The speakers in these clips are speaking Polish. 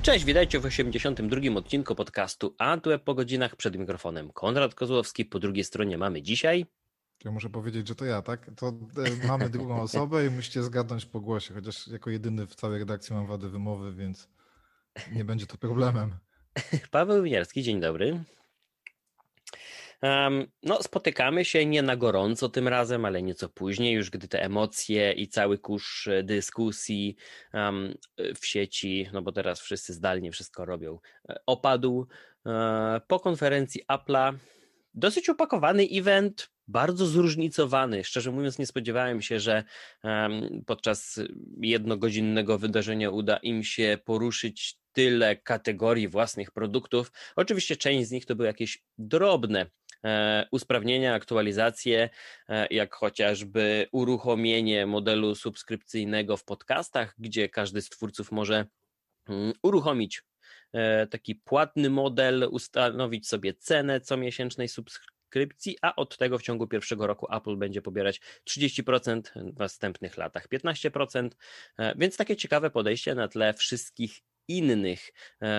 Cześć, witajcie w 82. odcinku podcastu Antweb po godzinach. Przed mikrofonem Konrad Kozłowski, po drugiej stronie mamy dzisiaj... Ja muszę powiedzieć, że to ja, tak? To mamy drugą osobę i musicie zgadnąć po głosie, chociaż jako jedyny w całej redakcji mam wady wymowy, więc nie będzie to problemem. Paweł Winiarski, dzień dobry. Spotykamy się nie na gorąco tym razem, ale nieco później, już gdy te emocje i cały kurz dyskusji w sieci, no bo teraz wszyscy zdalnie wszystko robią, opadł. Po konferencji Apple'a dosyć upakowany event, bardzo zróżnicowany. Szczerze mówiąc, nie spodziewałem się, że podczas jednogodzinnego wydarzenia uda im się poruszyć tyle kategorii własnych produktów. Oczywiście część z nich to były jakieś drobne usprawnienia, aktualizacje, jak chociażby uruchomienie modelu subskrypcyjnego w podcastach, gdzie każdy z twórców może uruchomić taki płatny model, ustanowić sobie cenę comiesięcznej subskrypcji, a od tego w ciągu pierwszego roku Apple będzie pobierać 30%, w następnych latach 15%, więc takie ciekawe podejście na tle wszystkich innych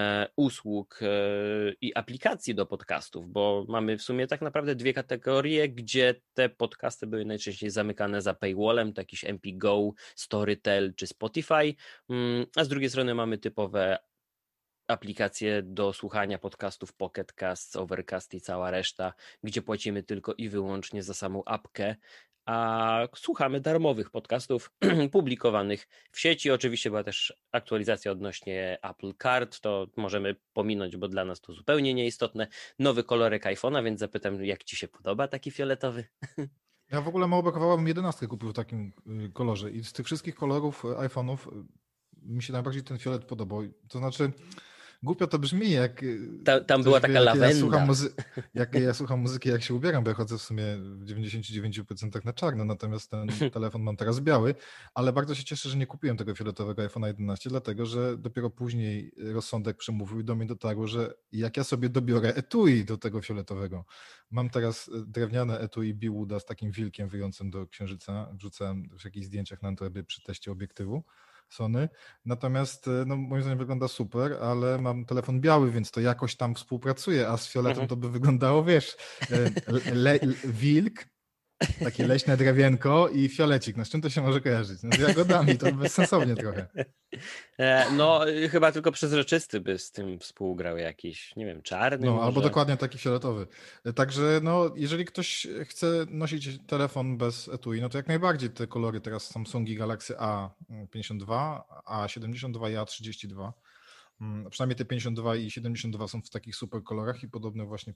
usług i aplikacji do podcastów, bo mamy w sumie tak naprawdę dwie kategorie, gdzie te podcasty były najczęściej zamykane za paywallem, tak jakiś MP Go, Storytel czy Spotify, a z drugiej strony mamy typowe aplikacje do słuchania podcastów, Pocket Cast, Overcast i cała reszta, gdzie płacimy tylko i wyłącznie za samą apkę, a słuchamy darmowych podcastów publikowanych w sieci. Oczywiście była też aktualizacja odnośnie Apple Card, to możemy pominąć, bo dla nas to zupełnie nieistotne. Nowy kolorek iPhone'a, więc zapytam, jak Ci się podoba taki fioletowy? Ja w ogóle mało brakowało, bym 11 kupił w takim kolorze i z tych wszystkich kolorów iPhone'ów mi się najbardziej ten fiolet podobał. To znaczy, głupio to brzmi, jak tam była taka lawenda. Jak ja słucham muzyki, jak się ubieram, bo ja chodzę w sumie w 99% na czarno, natomiast ten telefon mam teraz biały, ale bardzo się cieszę, że nie kupiłem tego fioletowego iPhone'a 11, dlatego że dopiero później rozsądek przemówił i do mnie dotarło, że jak ja sobie dobiorę etui do tego fioletowego. Mam teraz drewniane etui Biwooda z takim wilkiem wyjącym do księżyca, wrzucałem w jakichś zdjęciach na Antwebie przy teście obiektywu Sony. Natomiast no, moim zdaniem wygląda super, ale mam telefon biały, więc to jakoś tam współpracuje, a z fioletem to by wyglądało, wiesz, wilk, takie leśne drewienko i fiolecik. No z czym to się może kojarzyć? No z jagodami, to bezsensownie trochę. No chyba tylko przezroczysty by z tym współgrał jakiś, nie wiem, czarny No może. albo dokładnie taki fioletowy. Także no, jeżeli ktoś chce nosić telefon bez etui, no to jak najbardziej te kolory teraz Samsungi Galaxy A52, A72 i A32. Przynajmniej te 52 i 72 są w takich super kolorach i podobne właśnie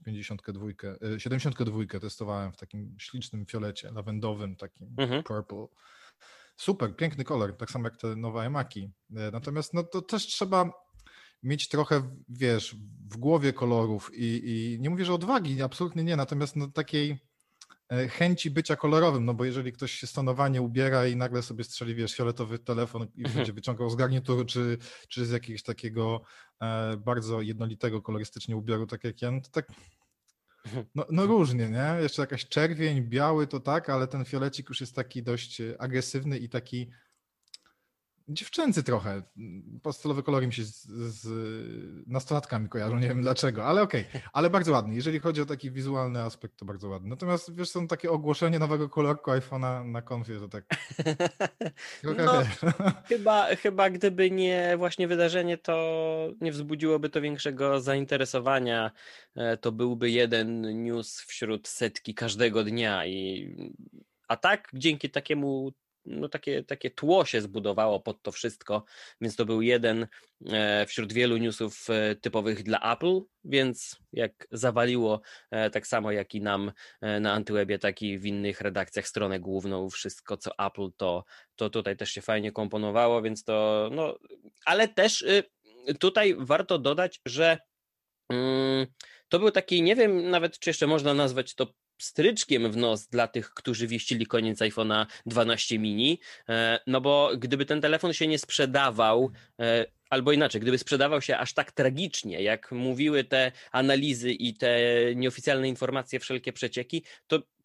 72 testowałem w takim ślicznym fiolecie, lawendowym, takim purple. Super, piękny kolor, tak samo jak te nowe iMaki. Natomiast no to też trzeba mieć trochę, wiesz, w głowie kolorów i nie mówię, że odwagi, absolutnie nie, natomiast no takiej chęci bycia kolorowym, no bo jeżeli ktoś się stonowanie ubiera i nagle sobie strzeli, wiesz, fioletowy telefon i będzie wyciągał z garnituru, czy z jakiegoś takiego bardzo jednolitego kolorystycznie ubioru, tak jak ja, no to tak no różnie, nie? Jeszcze jakaś czerwień, biały to tak, ale ten fiolecik już jest taki dość agresywny i taki dziewczęcy trochę. Pastelowe kolory mi się z nastolatkami kojarzą, nie wiem dlaczego, ale okej. Ale bardzo ładny. Jeżeli chodzi o taki wizualny aspekt, to bardzo ładny. Natomiast wiesz, są takie ogłoszenie nowego kolorku iPhone'a na konfie, to tak... No, chyba gdyby nie właśnie wydarzenie, to nie wzbudziłoby to większego zainteresowania. To byłby jeden news wśród setki każdego dnia. A tak dzięki takiemu no takie tło się zbudowało pod to wszystko, więc to był jeden wśród wielu newsów typowych dla Apple, więc jak zawaliło tak samo jak i nam na Antywebie, tak i w innych redakcjach stronę główną, wszystko co Apple, to tutaj też się fajnie komponowało, więc to no, ale też tutaj warto dodać, że to był taki, nie wiem nawet czy jeszcze można nazwać to stryczkiem w nos dla tych, którzy wieścili koniec iPhone'a 12 mini, no bo gdyby ten telefon się nie sprzedawał, albo inaczej, gdyby sprzedawał się aż tak tragicznie, jak mówiły te analizy i te nieoficjalne informacje, wszelkie przecieki, to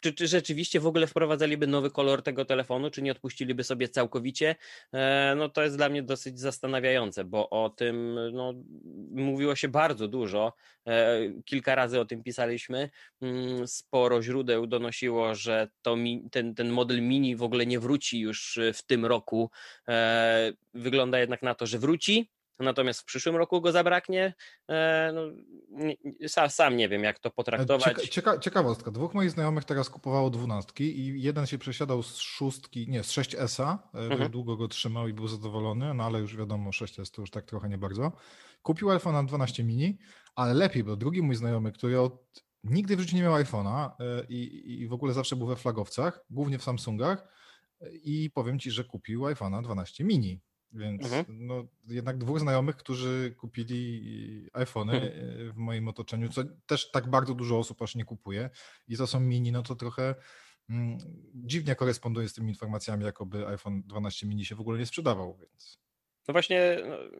czy rzeczywiście w ogóle wprowadzaliby nowy kolor tego telefonu, czy nie odpuściliby sobie całkowicie? No to jest dla mnie dosyć zastanawiające, bo o tym no, mówiło się bardzo dużo. Kilka razy o tym pisaliśmy. Sporo źródeł donosiło, że ten model mini w ogóle nie wróci już w tym roku. Wygląda jednak na to, że wróci. Natomiast w przyszłym roku go zabraknie. No, sam nie wiem, jak to potraktować. Ciekawostka. Dwóch moich znajomych teraz kupowało 12 i jeden się przesiadał z 6S-a, dość długo go trzymał i był zadowolony, no ale już wiadomo, 6S to już tak trochę nie bardzo. Kupił iPhone'a 12 mini, ale lepiej, bo drugi mój znajomy, który nigdy w życiu nie miał iPhone'a i w ogóle zawsze był we flagowcach, głównie w Samsungach i powiem Ci, że kupił iPhone'a 12 mini. Więc no, jednak dwóch znajomych, którzy kupili iPhony w moim otoczeniu, co też tak bardzo dużo osób aż nie kupuje i to są mini, no to trochę dziwnie koresponduje z tymi informacjami, jakoby iPhone 12 mini się w ogóle nie sprzedawał. Więc. No właśnie,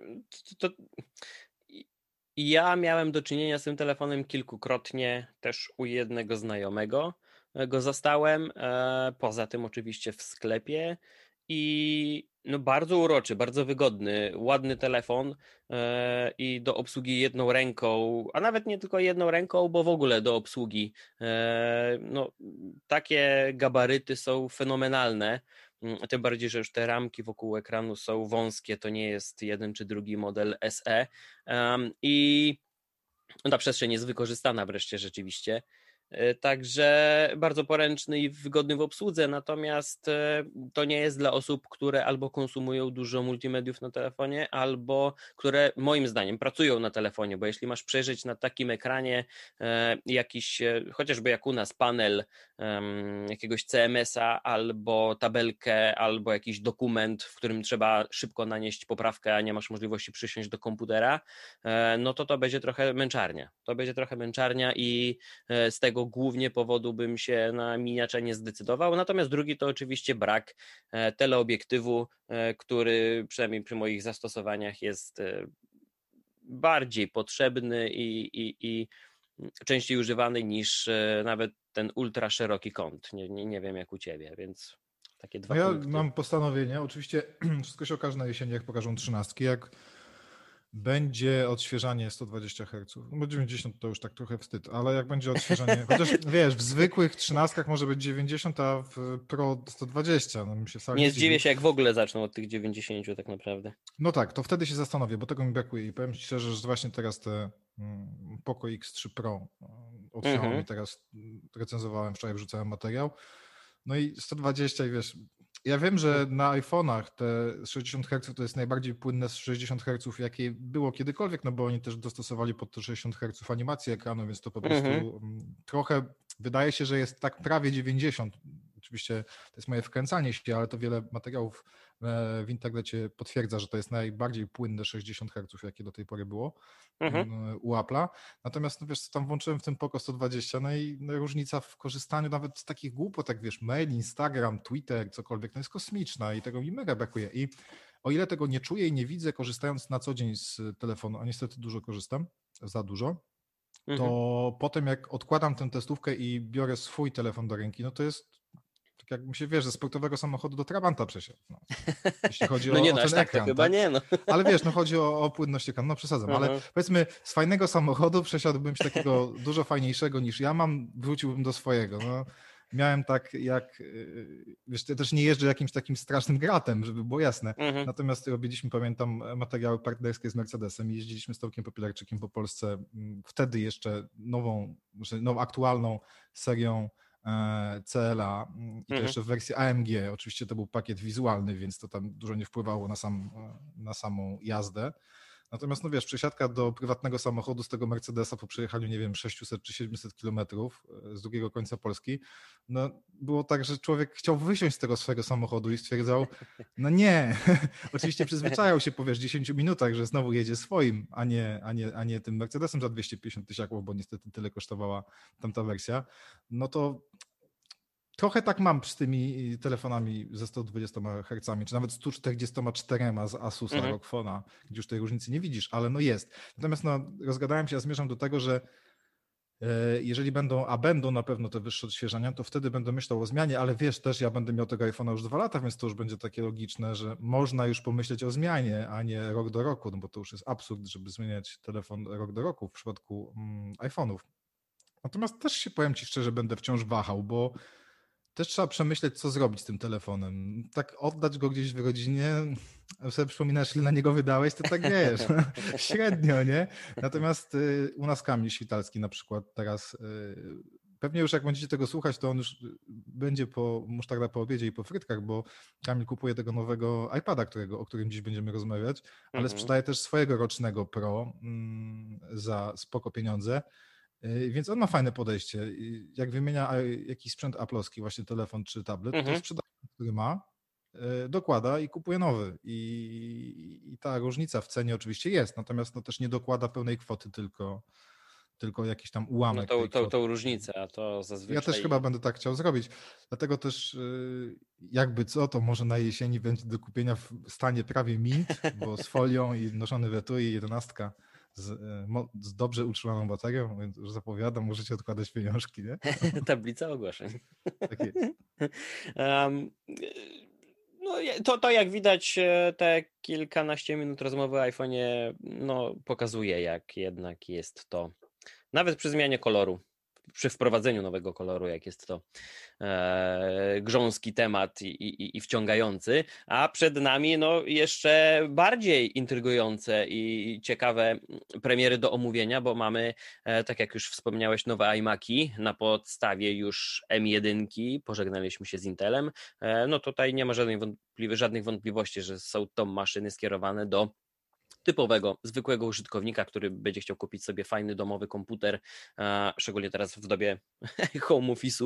ja miałem do czynienia z tym telefonem kilkukrotnie, też u jednego znajomego go zastałem, poza tym oczywiście w sklepie i no bardzo uroczy, bardzo wygodny, ładny telefon i do obsługi jedną ręką, a nawet nie tylko jedną ręką, bo w ogóle do obsługi. No, takie gabaryty są fenomenalne. Tym bardziej, że już te ramki wokół ekranu są wąskie, to nie jest jeden czy drugi model SE i ta przestrzeń jest wykorzystana wreszcie rzeczywiście. Także bardzo poręczny i wygodny w obsłudze, natomiast to nie jest dla osób, które albo konsumują dużo multimediów na telefonie, albo które moim zdaniem pracują na telefonie, bo jeśli masz przejrzeć na takim ekranie jakiś, chociażby jak u nas, panel jakiegoś CMS-a, albo tabelkę, albo jakiś dokument, w którym trzeba szybko nanieść poprawkę, a nie masz możliwości przysiąść do komputera, no to będzie trochę męczarnia. To będzie trochę męczarnia i z tego głównie powodu bym się na miniacze nie zdecydował. Natomiast drugi to oczywiście brak teleobiektywu, który przynajmniej przy moich zastosowaniach jest bardziej potrzebny i częściej używany niż nawet ten ultra szeroki kąt. Nie wiem jak u Ciebie, więc takie dwa Ja punkty. mam postanowienie, oczywiście wszystko się okaże na jesieni, jak pokażą 13, jak będzie odświeżanie 120 Hz, bo 90 to już tak trochę wstyd, ale jak będzie odświeżanie, chociaż wiesz, w zwykłych 13 może być 90, a w Pro 120, no bym się wcale Nie zdziwił. zdziwię się, jak w ogóle zaczną od tych 90 tak naprawdę. No tak, to wtedy się zastanowię, bo tego mi brakuje i powiem Ci szczerze, że właśnie teraz te Poco X3 Pro od Xiaomi teraz recenzowałem, wczoraj wrzucałem materiał, no i 120 i wiesz, ja wiem, że na iPhone'ach te 60 Hz to jest najbardziej płynne z 60 Hz, jakie było kiedykolwiek, no bo oni też dostosowali pod te 60 Hz animację ekranu, więc to po prostu trochę wydaje się, że jest tak prawie 90. Oczywiście to jest moje wkręcanie się, ale to wiele materiałów w internecie potwierdza, że to jest najbardziej płynne 60 Hz, jakie do tej pory było u Apple'a. Natomiast no wiesz, co tam włączyłem w tym Poco 120, no i różnica w korzystaniu nawet z takich głupot, jak wiesz, mail, Instagram, Twitter, cokolwiek, no jest kosmiczna i tego mi mega brakuje. I o ile tego nie czuję i nie widzę, korzystając na co dzień z telefonu, a niestety dużo korzystam, za dużo, to potem jak odkładam tę testówkę i biorę swój telefon do ręki, no to jest tak jakbym się, wiesz, ze sportowego samochodu do Trabanta przesiadł. No. Jeśli chodzi no nie, o no, ten tak ekran, to chyba tak? nie, no. Ale wiesz, no chodzi o płynność ekranu, no przesadzam, ale powiedzmy z fajnego samochodu przesiadłbym się takiego dużo fajniejszego niż ja mam, wróciłbym do swojego. No, miałem tak jak, wiesz, ja też nie jeżdżę jakimś takim strasznym gratem, żeby było jasne. Natomiast robiliśmy, pamiętam, materiały partnerskie z Mercedesem i jeździliśmy z Tomkiem Popielarczykiem po Polsce, wtedy jeszcze nową, aktualną serią CLA i to jeszcze w wersji AMG. Oczywiście to był pakiet wizualny, więc to tam dużo nie wpływało na samą jazdę. Natomiast no wiesz, przesiadka do prywatnego samochodu z tego Mercedesa po przejechaniu, nie wiem, 600 czy 700 kilometrów z drugiego końca Polski, no było tak, że człowiek chciał wysiąść z tego swojego samochodu i stwierdzał, no nie, oczywiście przyzwyczajał się po wiesz 10 minutach, że znowu jedzie swoim, a nie tym Mercedesem za 250 tysiaków, bo niestety tyle kosztowała tamta wersja, no to trochę tak mam z tymi telefonami ze 120 Hz, czy nawet 144 z Asusa ROG Phone'a, gdzie już tej różnicy nie widzisz, ale no jest. Natomiast no, rozgadałem się, ja zmierzam do tego, że Jeżeli będą na pewno te wyższe odświeżania, to wtedy będę myślał o zmianie, ale wiesz też, ja będę miał tego iPhone'a już 2 lata, więc to już będzie takie logiczne, że można już pomyśleć o zmianie, a nie rok do roku, no bo to już jest absurd, żeby zmieniać telefon rok do roku w przypadku iPhone'ów. Natomiast też się, powiem Ci szczerze, będę wciąż wahał, bo też trzeba przemyśleć, co zrobić z tym telefonem. Tak oddać go gdzieś w rodzinie, sobie przypominasz, ile na niego wydałeś, to tak wiesz, średnio, nie? Natomiast u nas Kamil Świtalski na przykład teraz, pewnie już jak będziecie tego słuchać, to on już będzie po musztarda po obiedzie i po frytkach, bo Kamil kupuje tego nowego iPada, o którym dziś będziemy rozmawiać, ale sprzedaje też swojego rocznego Pro za spoko pieniądze. Więc on ma fajne podejście. Jak wymienia jakiś sprzęt Apple'owski, właśnie telefon czy tablet, to sprzedaje, który ma, dokłada i kupuje nowy. I ta różnica w cenie oczywiście jest, natomiast no też nie dokłada pełnej kwoty, tylko jakiś tam ułamek tej kwoty. Tą różnicę, a to zazwyczaj... Ja też chyba będę tak chciał zrobić. Dlatego też jakby co, to może na jesieni będzie do kupienia w stanie prawie mint, bo z folią i noszony w etui 11 z dobrze utrzymaną baterią, więc już zapowiadam, możecie odkładać pieniążki, nie? Tablica ogłoszeń. Tak jest. No, to jak widać, te kilkanaście minut rozmowy o iPhone'ie no, pokazuje, jak jednak jest to, nawet przy zmianie koloru, przy wprowadzeniu nowego koloru, jak jest to grząski temat i wciągający, a przed nami no, jeszcze bardziej intrygujące i ciekawe premiery do omówienia, bo mamy, tak jak już wspomniałeś, nowe iMaki na podstawie już M1, pożegnaliśmy się z Intelem, no tutaj nie ma żadnych wątpliwości, że są to maszyny skierowane do typowego, zwykłego użytkownika, który będzie chciał kupić sobie fajny domowy komputer, szczególnie teraz w dobie home office'u,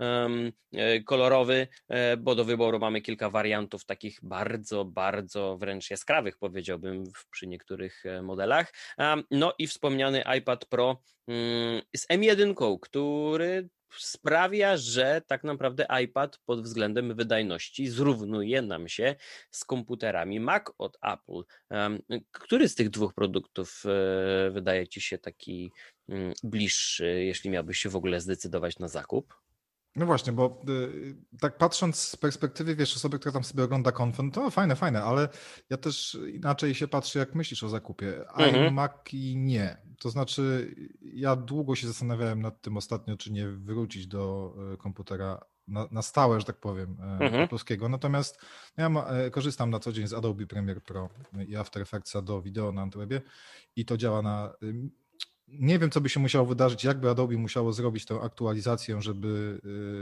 kolorowy, bo do wyboru mamy kilka wariantów takich bardzo, bardzo wręcz jaskrawych, powiedziałbym, przy niektórych modelach. No i wspomniany iPad Pro z M1, który sprawia, że tak naprawdę iPad pod względem wydajności zrównuje nam się z komputerami Mac od Apple. Który z tych dwóch produktów wydaje Ci się taki bliższy, jeśli miałbyś się w ogóle zdecydować na zakup? No właśnie, bo tak patrząc z perspektywy, wiesz, osoby, która tam sobie ogląda konfent, to fajne, ale ja też inaczej się patrzę, jak myślisz o zakupie. iMaki nie. To znaczy, ja długo się zastanawiałem nad tym ostatnio, czy nie wrócić do komputera na stałe, że tak powiem, polskiego. Natomiast ja korzystam na co dzień z Adobe Premiere Pro i After Effectsa do wideo na Antwebie i to działa na... Nie wiem, co by się musiało wydarzyć, jakby Adobe musiało zrobić tę aktualizację, żeby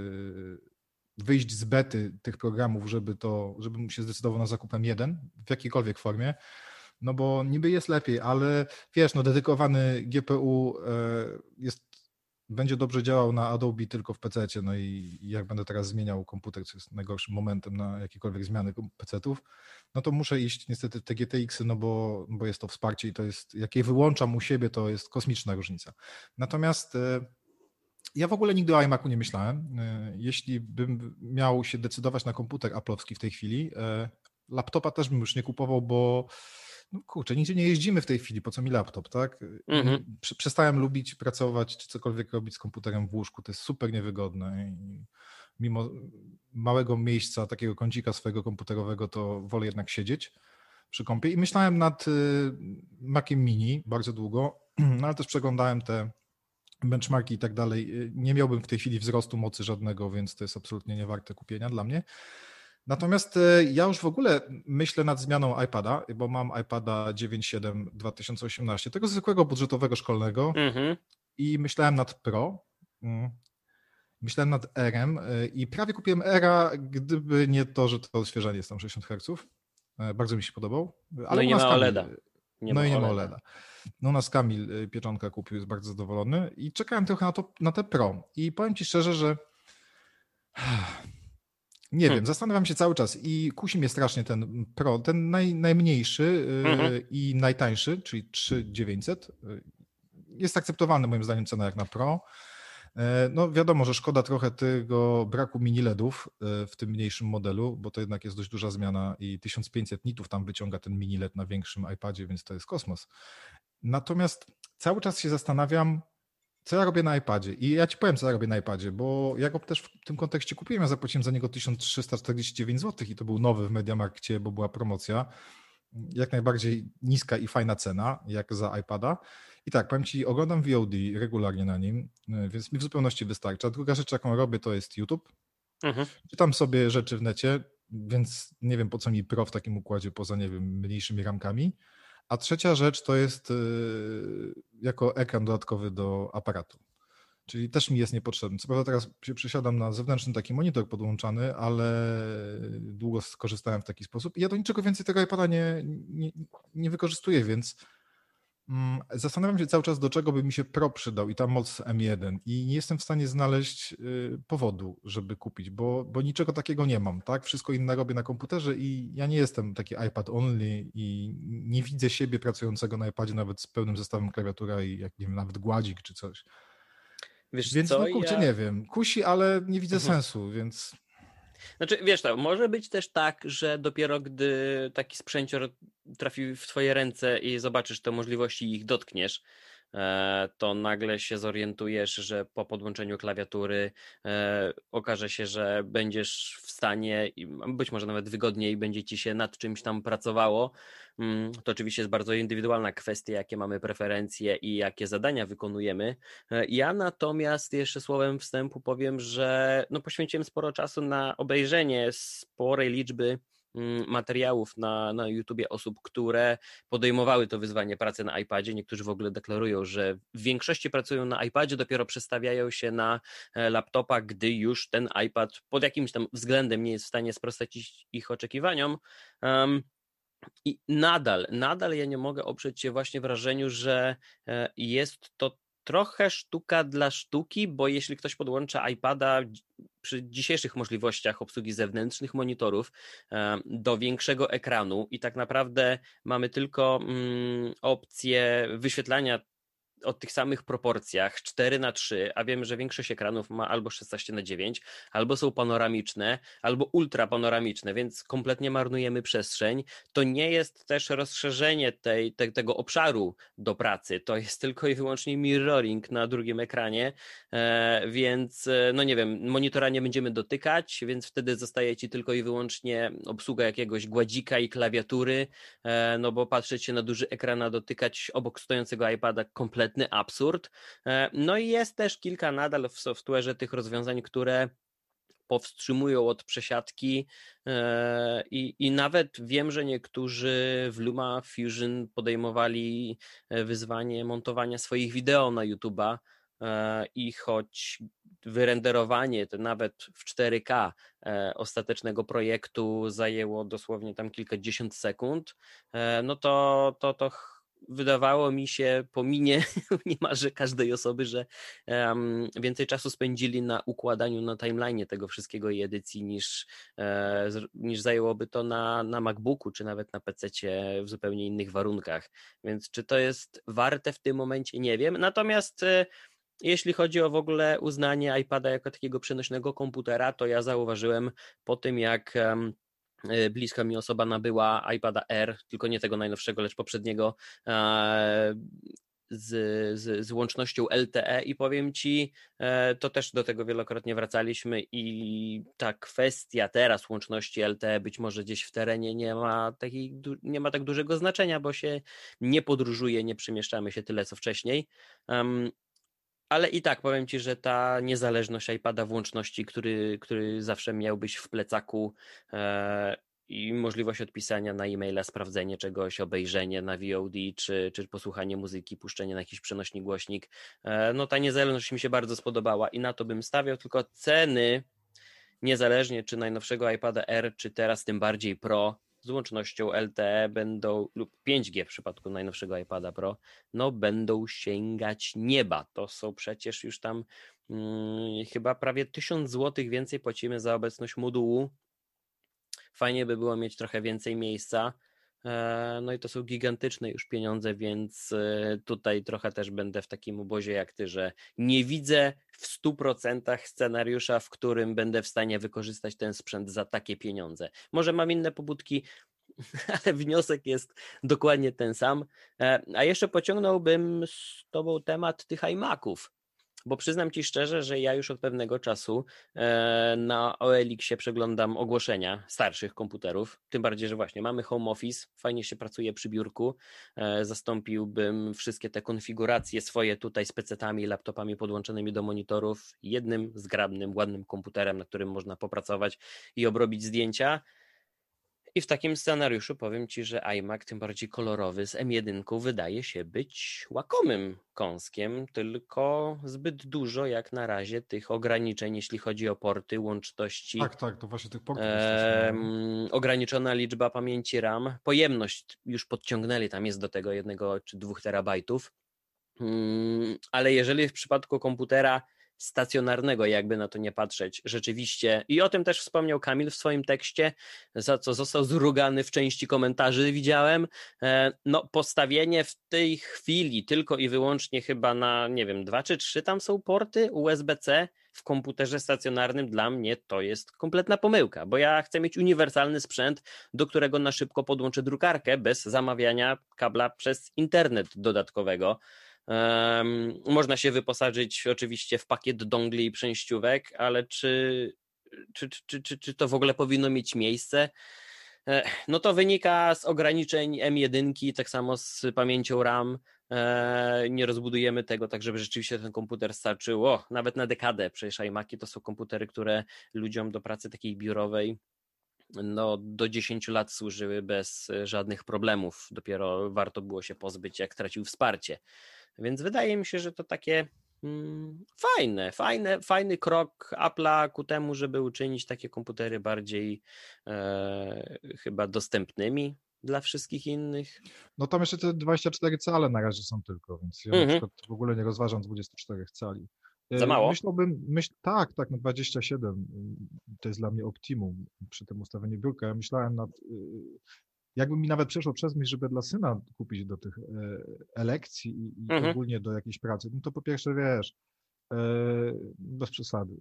wyjść z bety tych programów, żebym się zdecydował na zakup M1 w jakiejkolwiek formie, no bo niby jest lepiej, ale wiesz, no dedykowany GPU będzie dobrze działał na Adobe tylko w PC-cie, no i jak będę teraz zmieniał komputer, co jest najgorszym momentem na jakiekolwiek zmiany PC-ów, no to muszę iść niestety w te GTX-y, no bo jest to wsparcie i to jest, jak je wyłączam u siebie, to jest kosmiczna różnica. Natomiast ja w ogóle nigdy o iMacu nie myślałem. Jeśli bym miał się decydować na komputer Apple'owski w tej chwili, laptopa też bym już nie kupował, bo no kurczę, nigdzie nie jeździmy w tej chwili, po co mi laptop, tak? Przestałem lubić pracować czy cokolwiek robić z komputerem w łóżku, to jest super niewygodne i mimo małego miejsca, takiego kącika swojego komputerowego, to wolę jednak siedzieć przy kompie i myślałem nad Maciem Mini bardzo długo, no ale też przeglądałem te benchmarki i tak dalej. Nie miałbym w tej chwili wzrostu mocy żadnego, więc to jest absolutnie niewarte kupienia dla mnie. Natomiast ja już w ogóle myślę nad zmianą iPada, bo mam iPada 9.7 2018, tego zwykłego budżetowego szkolnego i myślałem nad Pro, myślałem nad R-em i prawie kupiłem R-a, gdyby nie to, że to odświeżanie jest tam 60 Hz. Bardzo mi się podobał. Ale no i nie ma OLEDa. Nie ma OLEDa. No u nas Kamil Pieczonka kupił, jest bardzo zadowolony i czekałem trochę na te Pro i powiem Ci szczerze, że nie wiem, zastanawiam się cały czas i kusi mnie strasznie ten Pro, ten najmniejszy i najtańszy, czyli 3900. Jest akceptowalny moim zdaniem cena jak na Pro. No wiadomo, że szkoda trochę tego braku mini LEDów w tym mniejszym modelu, bo to jednak jest dość duża zmiana i 1500 nitów tam wyciąga ten mini LED na większym iPadzie, więc to jest kosmos. Natomiast cały czas się zastanawiam, Co ja robię na iPadzie? I ja ci powiem, co ja robię na iPadzie, bo ja go też w tym kontekście kupiłem, ja zapłaciłem za niego 1349 zł i to był nowy w MediaMarkcie, bo była promocja. Jak najbardziej niska i fajna cena, jak za iPada. I tak, powiem ci, oglądam VOD regularnie na nim, więc mi w zupełności wystarcza. Druga rzecz, jaką robię, to jest YouTube. Mhm. Czytam sobie rzeczy w necie, więc nie wiem, po co mi Pro w takim układzie, poza, nie wiem, mniejszymi ramkami. A trzecia rzecz to jest jako ekran dodatkowy do aparatu. Czyli też mi jest niepotrzebny. Co prawda teraz się przesiadam na zewnętrzny taki monitor podłączany, ale długo skorzystałem w taki sposób i ja do niczego więcej tego iPada nie wykorzystuję, więc zastanawiam się cały czas, do czego by mi się Pro przydał i ta moc M1 i nie jestem w stanie znaleźć powodu, żeby kupić, bo niczego takiego nie mam, tak? Wszystko inne robię na komputerze i ja nie jestem taki iPad only i nie widzę siebie pracującego na iPadzie nawet z pełnym zestawem klawiatura i jak nie wiem, nawet gładzik czy coś. Wiesz Więc co, no kurczę, ja... nie wiem, kusi, ale nie widzę Mhm. sensu, więc Znaczy, wiesz, to może być też tak, że dopiero gdy taki sprzęcior trafi w twoje ręce i zobaczysz te możliwości i ich dotkniesz, to nagle się zorientujesz, że po podłączeniu klawiatury okaże się, że będziesz w stanie i być może nawet wygodniej będzie ci się nad czymś tam pracowało. To oczywiście jest bardzo indywidualna kwestia, jakie mamy preferencje i jakie zadania wykonujemy. Ja natomiast jeszcze słowem wstępu powiem, że no poświęciłem sporo czasu na obejrzenie sporej liczby materiałów na YouTubie osób, które podejmowały to wyzwanie pracy na iPadzie. Niektórzy w ogóle deklarują, że w większości pracują na iPadzie, dopiero przestawiają się na laptopa, gdy już ten iPad pod jakimś tam względem nie jest w stanie sprostać ich oczekiwaniom. I nadal ja nie mogę oprzeć się właśnie wrażeniu, że jest to trochę sztuka dla sztuki, bo jeśli ktoś podłącza iPada przy dzisiejszych możliwościach obsługi zewnętrznych monitorów do większego ekranu i tak naprawdę mamy tylko opcję wyświetlania o tych samych proporcjach 4:3, a wiemy, że większość ekranów ma albo 16:9, albo są panoramiczne, albo ultrapanoramiczne, więc kompletnie marnujemy przestrzeń. To nie jest też rozszerzenie tego obszaru do pracy, to jest tylko i wyłącznie mirroring na drugim ekranie, więc no nie wiem, monitora nie będziemy dotykać, więc wtedy zostaje ci tylko i wyłącznie obsługa jakiegoś gładzika i klawiatury, no bo patrzeć się na duży ekran, a dotykać obok stojącego iPada kompletny absurd. No i jest też kilka nadal w software'ze tych rozwiązań, które powstrzymują od przesiadki i nawet wiem, że niektórzy w LumaFusion podejmowali wyzwanie montowania swoich wideo na YouTube'a i choć wyrenderowanie to nawet w 4K ostatecznego projektu zajęło dosłownie tam kilkadziesiąt sekund, no to wydawało mi się po minie niemalże każdej osoby, że więcej czasu spędzili na układaniu na timeline'ie tego wszystkiego i edycji niż zajęłoby to na MacBooku czy nawet na PC-cie w zupełnie innych warunkach. Więc czy to jest warte w tym momencie, nie wiem. Natomiast jeśli chodzi o w ogóle uznanie iPada jako takiego przenośnego komputera, to ja zauważyłem po tym, jak bliska mi osoba nabyła iPada Air, tylko nie tego najnowszego, lecz poprzedniego, z łącznością LTE i powiem ci, to też do tego wielokrotnie wracaliśmy i ta kwestia teraz łączności LTE być może gdzieś w terenie nie ma tak dużego znaczenia, bo się nie podróżuje, nie przemieszczamy się tyle co wcześniej. Ale i tak powiem ci, że ta niezależność iPada w łączności, który zawsze miałbyś w plecaku i możliwość odpisania na e-maila, sprawdzenie czegoś, obejrzenie na VOD, czy posłuchanie muzyki, puszczenie na jakiś przenośny głośnik, no ta niezależność mi się bardzo spodobała i na to bym stawiał, tylko ceny, niezależnie czy najnowszego iPada Air, czy teraz tym bardziej Pro, z łącznością LTE będą, lub 5G w przypadku najnowszego iPada Pro, no będą sięgać nieba. To są przecież już tam chyba prawie 1000 zł więcej płacimy za obecność modułu. Fajnie by było mieć trochę więcej miejsca. No i to są gigantyczne już pieniądze, więc tutaj trochę też będę w takim obozie jak ty, że nie widzę w 100% scenariusza, w którym będę w stanie wykorzystać ten sprzęt za takie pieniądze. Może mam inne pobudki, ale wniosek jest dokładnie ten sam. A jeszcze pociągnąłbym z tobą temat tych iMaców. Bo przyznam Ci szczerze, że ja już od pewnego czasu na OLX-ie przeglądam ogłoszenia starszych komputerów, tym bardziej, że właśnie mamy home office, fajnie się pracuje przy biurku, zastąpiłbym wszystkie te konfiguracje swoje tutaj z PC-tami, laptopami podłączonymi do monitorów jednym zgrabnym, ładnym komputerem, na którym można popracować i obrobić zdjęcia. I w takim scenariuszu powiem Ci, że iMac, tym bardziej kolorowy z M1 wydaje się być łakomym kąskiem, tylko zbyt dużo jak na razie tych ograniczeń, jeśli chodzi o porty, łączności, Tak, to właśnie tych portów jest strasznie mało. ograniczona liczba pamięci RAM, pojemność już podciągnęli, tam jest do tego 1 czy 2 terabajtów, ale jeżeli w przypadku komputera stacjonarnego, jakby na to nie patrzeć, rzeczywiście, i o tym też wspomniał Kamil w swoim tekście, za co został zrugany w części komentarzy, widziałem, no postawienie w tej chwili tylko i wyłącznie chyba na, nie wiem, 2 czy 3 tam są porty USB-C w komputerze stacjonarnym, dla mnie to jest kompletna pomyłka, bo ja chcę mieć uniwersalny sprzęt, do którego na szybko podłączę drukarkę bez zamawiania kabla przez internet dodatkowego. Można się wyposażyć oczywiście w pakiet dongli i przejściówek, ale czy to w ogóle powinno mieć miejsce? No to wynika z ograniczeń M1, tak samo z pamięcią RAM. Nie rozbudujemy tego tak, żeby rzeczywiście ten komputer starczył nawet na dekadę. Przecież iMaki to są komputery, które ludziom do pracy takiej biurowej no, do 10 lat służyły bez żadnych problemów. Dopiero warto było się pozbyć, jak tracił wsparcie. Więc wydaje mi się, że to takie fajny krok Apple'a ku temu, żeby uczynić takie komputery bardziej chyba dostępnymi dla wszystkich innych. No tam jeszcze te 24 cale na razie są tylko, więc ja na przykład w ogóle nie rozważam 24 cali. Za mało? Tak, no 27 to jest dla mnie optimum przy tym ustawieniu biurka. Ja myślałem jakby mi nawet przeszło przez myśl, żeby dla syna kupić do tych elekcji i ogólnie do jakiejś pracy, no to po pierwsze wiesz, bez przesady.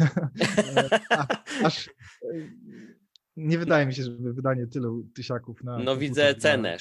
Aż nie wydaje mi się, żeby wydanie tylu tysiaków na. No widzę cenę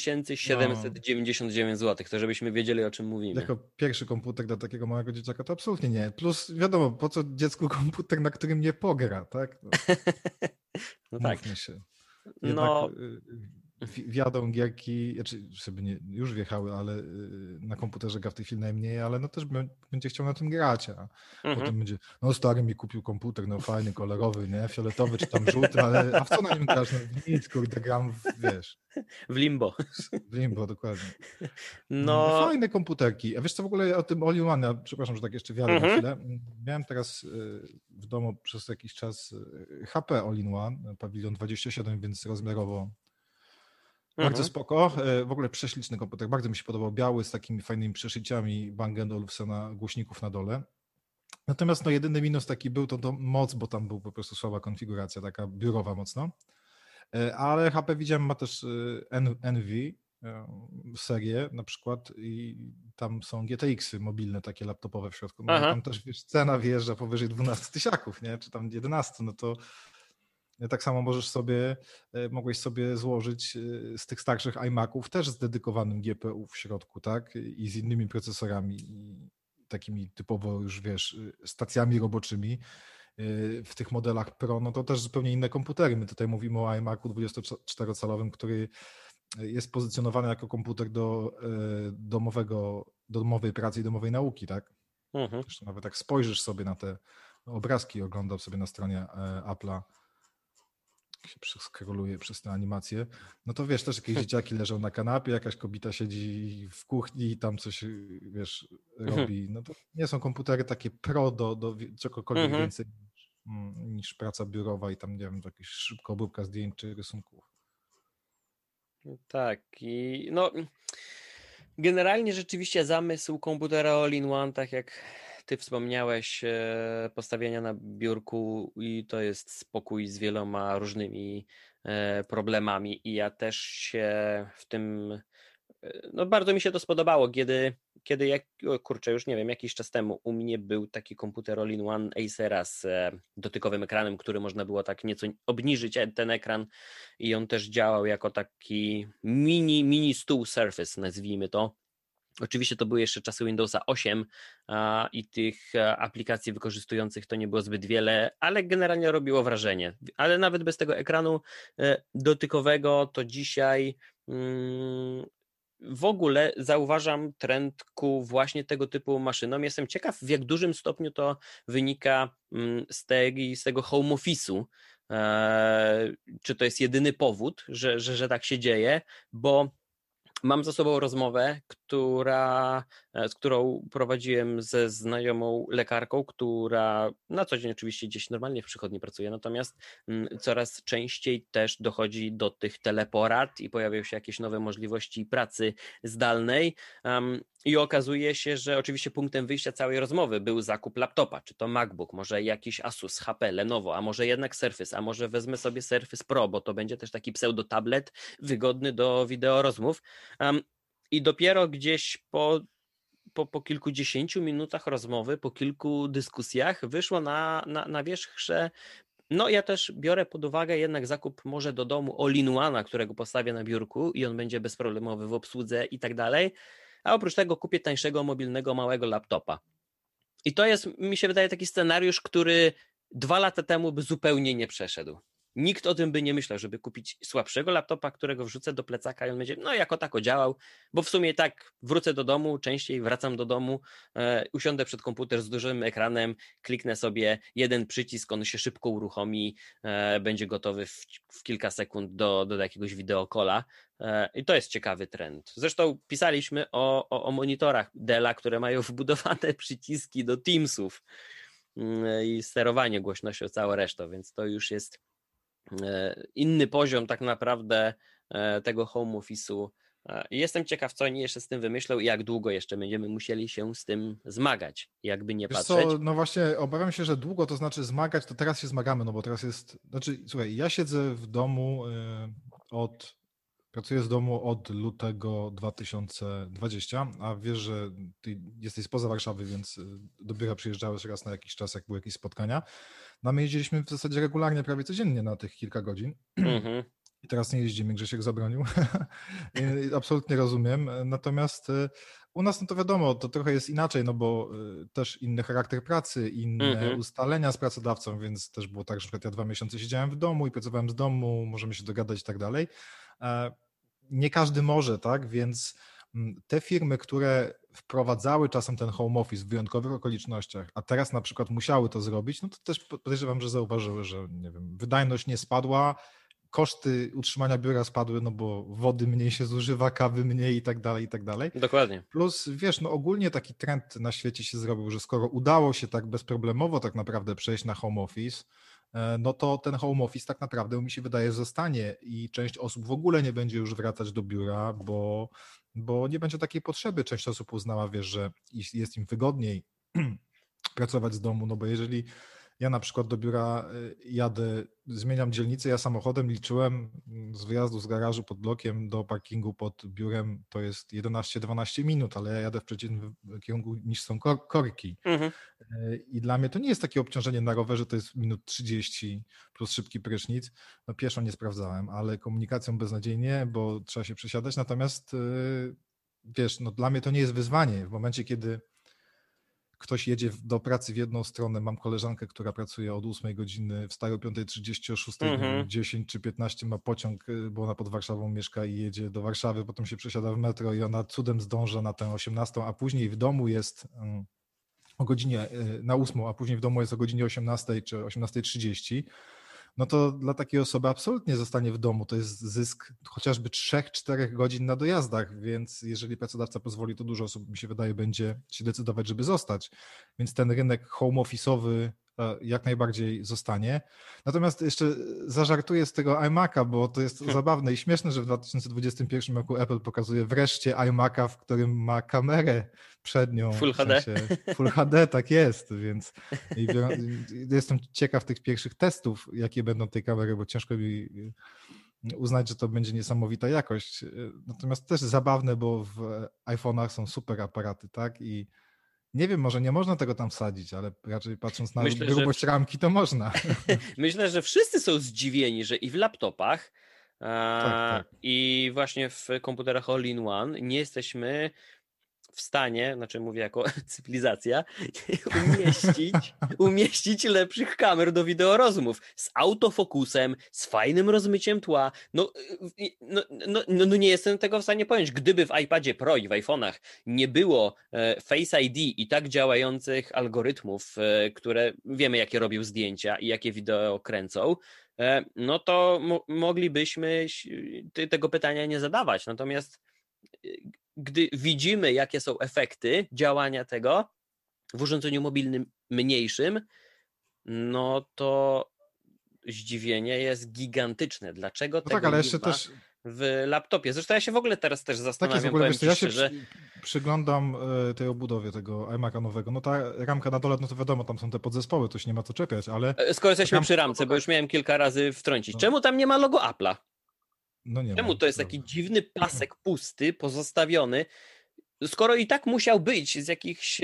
6799 zł, to żebyśmy wiedzieli, o czym mówimy. Jako pierwszy komputer dla takiego małego dzieciaka to absolutnie nie. Plus wiadomo, po co dziecku komputer, na którym nie pogra, tak? No tak. Mówmy się. Jednak wjadą gierki, żeby już wjechały, ale na komputerze gra w tej chwili najmniej, ale no też będzie chciał na tym grać, a potem będzie, no stary mi kupił komputer, no fajny, kolorowy, nie, fioletowy czy tam żółty, a w co na nim grasz? No w nic, kurde, gram wiesz. W limbo. W limbo, dokładnie. No. Fajne komputerki. A wiesz co, w ogóle o tym All-in-One, ja przepraszam, że tak jeszcze wjadę na chwilę. Miałem teraz w domu przez jakiś czas HP All-in-One, Pavilion 27, więc rozmiarowo bardzo spoko. W ogóle prześliczny komputer. Bardzo mi się podobał. Biały z takimi fajnymi przeszyciami Bang & Olufsena głośników na dole. Natomiast no, jedyny minus taki był to moc, bo tam był po prostu słaba konfiguracja, taka biurowa mocno. Ale HP widziałem ma też NV serię na przykład i tam są GTX-y mobilne, takie laptopowe w środku. No tam też wiesz, cena wjeżdża powyżej 12 tysiaków, nie? Czy tam 11, no to tak samo mogłeś sobie złożyć z tych starszych iMaców też z dedykowanym GPU w środku, tak? I z innymi procesorami, takimi typowo już wiesz, stacjami roboczymi w tych modelach Pro, no to też zupełnie inne komputery. My tutaj mówimy o iMacu 24-calowym, który jest pozycjonowany jako komputer do domowej pracy i domowej nauki, tak? Zresztą nawet jak spojrzysz sobie na te obrazki, oglądam sobie na stronie Apple'a, się przeskroluję przez tę animację, no to wiesz, też jakieś dzieciaki leżą na kanapie, jakaś kobieta siedzi w kuchni i tam coś, wiesz, robi. No to nie są komputery takie pro do czegokolwiek więcej niż praca biurowa i tam, nie wiem, jakaś szybka obróbka zdjęć czy rysunków. Tak i no generalnie rzeczywiście zamysł komputera all-in-one, tak jak ty wspomniałeś, postawienia na biurku i to jest spokój z wieloma różnymi problemami i ja też się w tym, no bardzo mi się to spodobało, kiedy już nie wiem, jakiś czas temu u mnie był taki komputer all-in-one Acera z dotykowym ekranem, który można było tak nieco obniżyć ten ekran i on też działał jako taki mini stół Surface, nazwijmy to. Oczywiście to były jeszcze czasy Windowsa 8 i tych aplikacji wykorzystujących to nie było zbyt wiele, ale generalnie robiło wrażenie. Ale nawet bez tego ekranu dotykowego to dzisiaj w ogóle zauważam trend ku właśnie tego typu maszynom. Jestem ciekaw, w jak dużym stopniu to wynika z tego home office'u. Czy to jest jedyny powód, że tak się dzieje, bo mam za sobą rozmowę, z którą prowadziłem ze znajomą lekarką, która na co dzień oczywiście gdzieś normalnie w przychodni pracuje, natomiast coraz częściej też dochodzi do tych teleporad i pojawiają się jakieś nowe możliwości pracy zdalnej. I okazuje się, że oczywiście punktem wyjścia całej rozmowy był zakup laptopa, czy to MacBook, może jakiś Asus, HP, Lenovo, a może jednak Surface, a może wezmę sobie Surface Pro, bo to będzie też taki pseudo-tablet wygodny do wideorozmów. I dopiero gdzieś po kilkudziesięciu minutach rozmowy, po kilku dyskusjach wyszło na wierzch, że no ja też biorę pod uwagę jednak zakup może do domu all-in-one'a, którego postawię na biurku i on będzie bezproblemowy w obsłudze i tak dalej, a oprócz tego kupię tańszego mobilnego małego laptopa. I to jest, mi się wydaje, taki scenariusz, który 2 lata temu by zupełnie nie przeszedł. Nikt o tym by nie myślał, żeby kupić słabszego laptopa, którego wrzucę do plecaka i on będzie no jako tako działał, bo w sumie tak wrócę do domu, częściej wracam do domu, usiądę przed komputer z dużym ekranem, kliknę sobie jeden przycisk, on się szybko uruchomi, będzie gotowy w kilka sekund do jakiegoś wideokola. I to jest ciekawy trend. Zresztą pisaliśmy o monitorach Della, które mają wbudowane przyciski do Teamsów i sterowanie głośnością, całą resztą, więc to już jest inny poziom tak naprawdę tego home office'u. Jestem ciekaw, co oni jeszcze z tym wymyślą i jak długo jeszcze będziemy musieli się z tym zmagać, jakby nie Wiesz patrzeć. co, no właśnie obawiam się, że długo, to znaczy zmagać, to teraz się zmagamy, no bo teraz jest, znaczy słuchaj, ja siedzę w domu pracuję z domu od lutego 2020, a wiesz, że ty jesteś spoza Warszawy, więc do biura przyjeżdżałeś raz na jakiś czas, jak były jakieś spotkania. No my jeździliśmy w zasadzie regularnie, prawie codziennie na tych kilka godzin. Mhm. I teraz nie jeździmy, Grzesiek zabronił. Absolutnie rozumiem. Natomiast u nas, no to wiadomo, to trochę jest inaczej, no bo też inny charakter pracy, inne ustalenia z pracodawcą, więc też było tak, że na przykład ja 2 miesiące siedziałem w domu i pracowałem z domu, możemy się dogadać i tak dalej. Nie każdy może, tak? Więc te firmy, które wprowadzały czasem ten home office w wyjątkowych okolicznościach, a teraz na przykład musiały to zrobić, no to też podejrzewam, że zauważyły, że nie wiem, wydajność nie spadła, koszty utrzymania biura spadły, no bo wody mniej się zużywa, kawy mniej i tak dalej, i tak dalej. Dokładnie. Plus, wiesz, no ogólnie taki trend na świecie się zrobił, że skoro udało się tak bezproblemowo tak naprawdę przejść na home office, no to ten home office tak naprawdę mi się wydaje zostanie i część osób w ogóle nie będzie już wracać do biura, bo nie będzie takiej potrzeby. Część osób uznała, wiesz, że jest im wygodniej pracować z domu, no bo jeżeli ja na przykład do biura jadę, zmieniam dzielnicę, ja samochodem liczyłem z wyjazdu z garażu pod blokiem do parkingu pod biurem, to jest 11-12 minut, ale ja jadę w przeciwnym kierunku niż są korki. I dla mnie to nie jest takie obciążenie na rowerze, to jest minut 30 plus szybki prysznic. No pieszo nie sprawdzałem, ale komunikacją beznadziejnie, bo trzeba się przesiadać, natomiast wiesz, no dla mnie to nie jest wyzwanie. W momencie, kiedy ktoś jedzie do pracy w jedną stronę, mam koleżankę, która pracuje od 8 godziny, wstaje o 5:30, o 6, nie wiem, 10 czy 15 ma pociąg, bo ona pod Warszawą mieszka i jedzie do Warszawy, potem się przesiada w metro i ona cudem zdąża na tę 18, a później w domu jest o godzinie na 8, a później w domu jest o godzinie 18 czy 18:30, no to dla takiej osoby absolutnie zostanie w domu. To jest zysk chociażby 3-4 godzin na dojazdach, więc jeżeli pracodawca pozwoli, to dużo osób, mi się wydaje, będzie się decydować, żeby zostać. Więc ten rynek home office'owy jak najbardziej zostanie. Natomiast jeszcze zażartuję z tego iMac'a, bo to jest zabawne i śmieszne, że w 2021 roku Apple pokazuje wreszcie iMac'a, w którym ma kamerę przednią. Full w sensie HD. Full HD, tak jest, więc jestem ciekaw tych pierwszych testów, jakie będą tej kamery, bo ciężko mi uznać, że to będzie niesamowita jakość. Natomiast też zabawne, bo w iPhone'ach są super aparaty, tak? I nie wiem, może nie można tego tam wsadzić, ale raczej patrząc na grubość ramki, to można. Myślę, że wszyscy są zdziwieni, że i w laptopach, tak. i właśnie w komputerach all-in-one nie jesteśmy w stanie, znaczy mówię jako cywilizacja, umieścić lepszych kamer do wideorozmów z autofokusem, z fajnym rozmyciem tła. No nie jestem tego w stanie pojąć. Gdyby w iPadzie Pro i w iPhone'ach nie było Face ID i tak działających algorytmów, które wiemy, jakie robią zdjęcia i jakie wideo kręcą, no to moglibyśmy tego pytania nie zadawać. Natomiast gdy widzimy, jakie są efekty działania tego w urządzeniu mobilnym mniejszym, no to zdziwienie jest gigantyczne. Dlaczego No tak, tego ale nie jeszcze ma też w laptopie? Zresztą ja się w ogóle teraz też tak jest w zastanawiam, ogóle, powiem wiesz co, ci ja się szczerze. przyglądam tej obudowie tego iMac'a nowego. No ta ramka na dole, no to wiadomo, tam są te podzespoły, to się nie ma co czepiać, ale... Skoro jesteśmy przy ramce, ramka- bo już miałem kilka razy wtrącić. No, Czemu tam nie ma logo Apple'a? no nie Czemu ma, to jest prawda. taki dziwny pasek pusty, pozostawiony? Skoro i tak musiał być z jakichś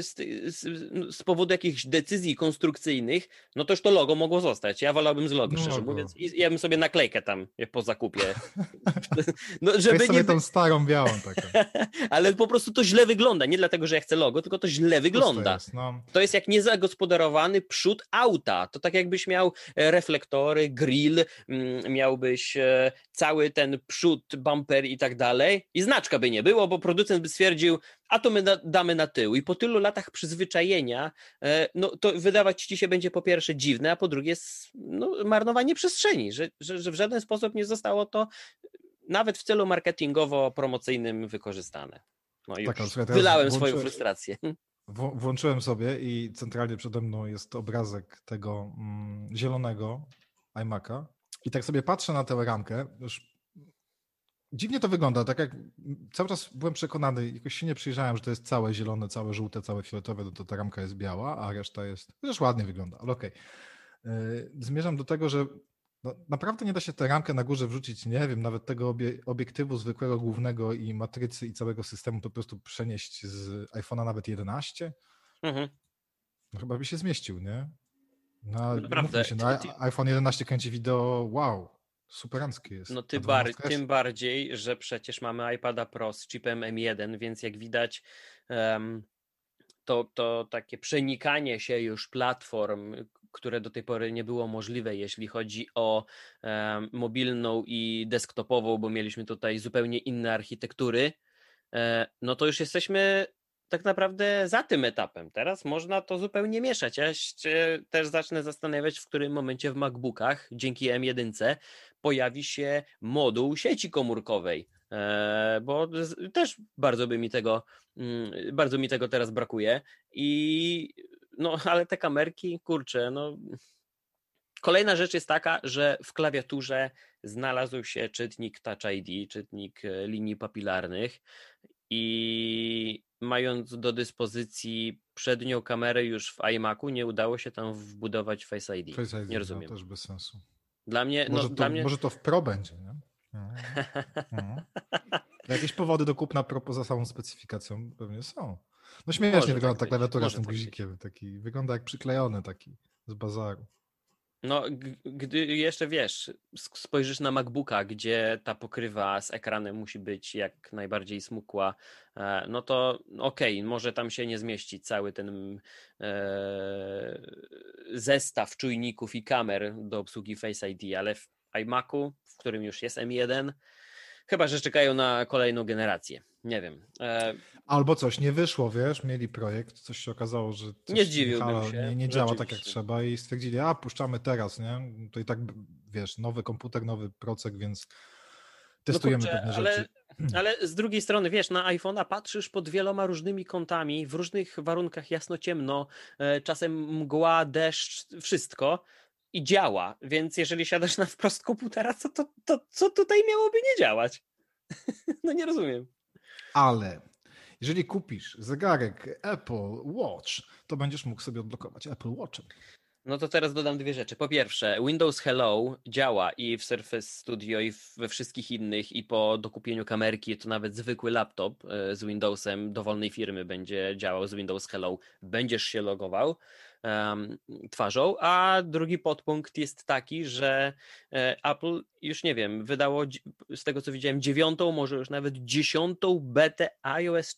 z powodu jakichś decyzji konstrukcyjnych, no to już to logo mogło zostać. Ja wolałbym z logo, No szczerze logo. mówiąc. I ja bym sobie naklejkę tam po zakupie. No, Weź żeby sobie nie... tą starą, białą taką. Ale po prostu to źle wygląda. Nie dlatego, że ja chcę logo, tylko to źle wygląda. Jest, no. To jest jak niezagospodarowany przód auta. To tak jakbyś miał reflektory, grill, miałbyś cały ten przód, bumper i tak dalej i znaczka by nie było, bo producent by stwierdził, a to my damy na tył. I po tylu latach przyzwyczajenia, no to wydawać ci się będzie po pierwsze dziwne, a po drugie marnowanie przestrzeni, że w żaden sposób nie zostało to nawet w celu marketingowo-promocyjnym wykorzystane. No już, Tak, ale słuchaj, teraz wylałem swoją frustrację. Włączyłem sobie i centralnie przede mną jest obrazek tego zielonego iMac'a i tak sobie patrzę na tę ramkę, już dziwnie to wygląda, tak jak cały czas byłem przekonany, jakoś się nie przyjrzałem, że to jest całe zielone, całe żółte, całe fioletowe, to ta ramka jest biała, a reszta jest, też ładnie wygląda, ale okej. Zmierzam do tego, że no, naprawdę nie da się tę ramkę na górze wrzucić, nie wiem, nawet tego obiektywu zwykłego głównego i matrycy i całego systemu po prostu przenieść z iPhone'a nawet 11. Mhm. No chyba by się zmieścił, nie? No, Naprawdę. mówmy się, iPhone 11 kręci wideo, wow, superanckie jest. No A 12 tym bardziej, że przecież mamy iPada Pro z chipem M1, więc jak widać to takie przenikanie się już platform, które do tej pory nie było możliwe, jeśli chodzi o mobilną i desktopową, bo mieliśmy tutaj zupełnie inne architektury, no to już jesteśmy tak naprawdę za tym etapem. Teraz można to zupełnie mieszać. Ja się też zacznę zastanawiać, w którym momencie w MacBookach dzięki M1 pojawi się moduł sieci komórkowej, bo też bardzo mi tego teraz brakuje. I no, ale te kamerki, kurczę, no. Kolejna rzecz jest taka, że w klawiaturze znalazł się czytnik Touch ID, czytnik linii papilarnych i mając do dyspozycji przednią kamerę już w iMacu, nie udało się tam wbudować Face ID. Face ID, nie rozumiem. No, też bez sensu. Dla mnie, może to w Pro będzie, nie? Jakieś powody do kupna Pro poza samą specyfikacją pewnie są. No śmiesznie Może wygląda tak ta być, klawiatura z może tym tak guzikiem. Taki, wygląda jak przyklejony taki z bazaru. No, gdy jeszcze wiesz, spojrzysz na MacBooka, gdzie ta pokrywa z ekranem musi być jak najbardziej smukła, no to okej, może tam się nie zmieści cały ten zestaw czujników i kamer do obsługi Face ID, ale w iMacu, w którym już jest M1, chyba że czekają na kolejną generację. Nie wiem. Albo coś nie wyszło, wiesz, mieli projekt, coś się okazało, że coś Nie zdziwiłbym się, nie działa tak jak rzeczywiście. trzeba i stwierdzili, a puszczamy teraz, nie? To i tak, wiesz, nowy komputer, nowy procek, więc testujemy pewne rzeczy. Ale z drugiej strony, wiesz, na iPhone'a patrzysz pod wieloma różnymi kątami, w różnych warunkach jasno-ciemno, czasem mgła, deszcz, wszystko i działa, więc jeżeli siadasz na wprost komputera, to co tutaj miałoby nie działać? No nie rozumiem. Ale jeżeli kupisz zegarek Apple Watch, to będziesz mógł sobie odblokować Apple Watchem. No to teraz dodam dwie rzeczy. Po pierwsze, Windows Hello działa i w Surface Studio, i we wszystkich innych, i po dokupieniu kamerki, to nawet zwykły laptop z Windowsem dowolnej firmy będzie działał z Windows Hello. Będziesz się logował. twarzą, a drugi podpunkt jest taki, że Apple już nie wiem, wydało z tego co widziałem 9, może już nawet 10 betę iOS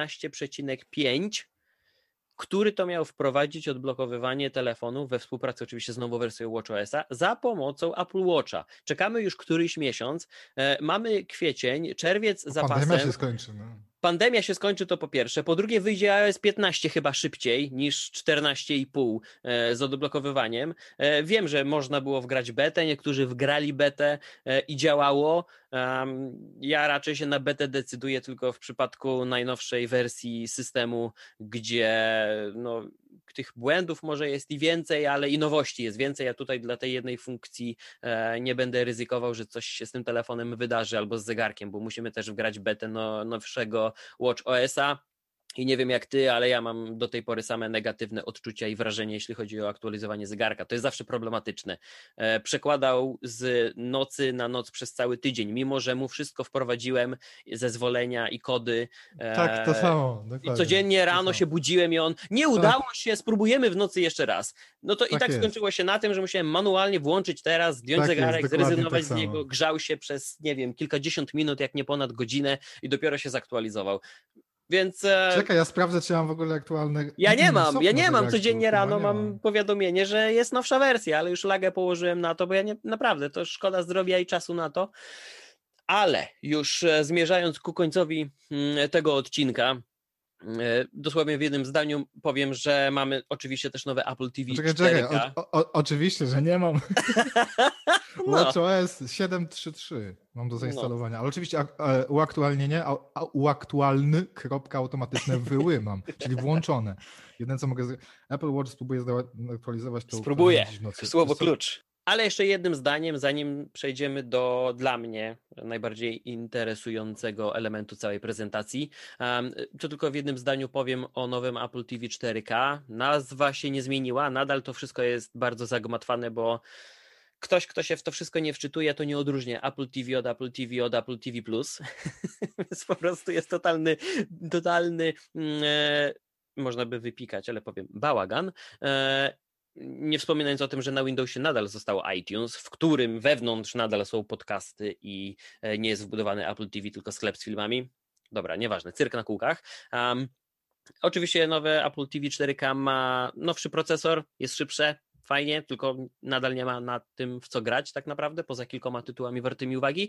14,5, który to miał wprowadzić odblokowywanie telefonu we współpracy oczywiście z nową wersją watchOS-a za pomocą Apple Watcha. Czekamy już któryś miesiąc, mamy kwiecień, czerwiec za Pandemia pasem. się skończy. No. Pandemia się skończy, to po pierwsze. Po drugie, wyjdzie iOS 15 chyba szybciej niż 14,5 z odblokowywaniem. Wiem, że można było wgrać betę, niektórzy wgrali betę i działało. Ja raczej się na betę decyduję tylko w przypadku najnowszej wersji systemu, gdzie no, tych błędów może jest i więcej, ale i nowości jest więcej. Ja tutaj dla tej jednej funkcji nie będę ryzykował, że coś się z tym telefonem wydarzy albo z zegarkiem, bo musimy też wgrać betę nowszego watchOS-a. I nie wiem jak ty, ale ja mam do tej pory same negatywne odczucia i wrażenie, jeśli chodzi o aktualizowanie zegarka. To jest zawsze problematyczne. Przekładał z nocy na noc przez cały tydzień, mimo że mu wszystko wprowadziłem, zezwolenia i kody. Tak, to samo. I codziennie rano się budziłem i on, nie udało się, spróbujemy w nocy jeszcze raz. No to i tak skończyło się na tym, że musiałem manualnie włączyć teraz, zdjąć zegarek, zrezygnować z niego, grzał się przez, nie wiem, kilkadziesiąt minut, jak nie ponad godzinę i dopiero się zaktualizował. Więc... Czekaj, ja sprawdzę, czy mam w ogóle aktualne... Ja nie mam. Codziennie rano mam powiadomienie, że jest nowsza wersja, ale już lagę położyłem na to, bo ja naprawdę, to szkoda zdrowia i czasu na to. Ale już zmierzając ku końcowi tego odcinka, dosłownie w jednym zdaniu powiem, że mamy oczywiście też nowe Apple TV 4K. Czekaj, oczywiście, że nie mam. WatchOS 7.3.3 mam do zainstalowania, ale oczywiście uaktualnienie, uaktualny kropka automatyczne wyły mam, czyli włączone. Jedyne co mogę zrobić, Apple Watch spróbuje aktualizować to. Spróbuję, słowo klucz. Ale jeszcze jednym zdaniem, zanim przejdziemy do dla mnie najbardziej interesującego elementu całej prezentacji, to tylko w jednym zdaniu powiem o nowym Apple TV 4K. Nazwa się nie zmieniła, nadal to wszystko jest bardzo zagmatwane, bo ktoś, kto się w to wszystko nie wczytuje, to nie odróżnia Apple TV od Apple TV od Apple TV+. Więc po prostu jest totalny można by wypikać, ale powiem bałagan. Nie wspominając o tym, że na Windowsie nadal zostało iTunes, w którym wewnątrz nadal są podcasty i nie jest wbudowany Apple TV, tylko sklep z filmami. Dobra, nieważne, cyrk na kółkach. Oczywiście nowe Apple TV 4K ma nowszy procesor, jest szybsze, fajnie, tylko nadal nie ma na tym w co grać tak naprawdę, poza kilkoma tytułami wartymi uwagi,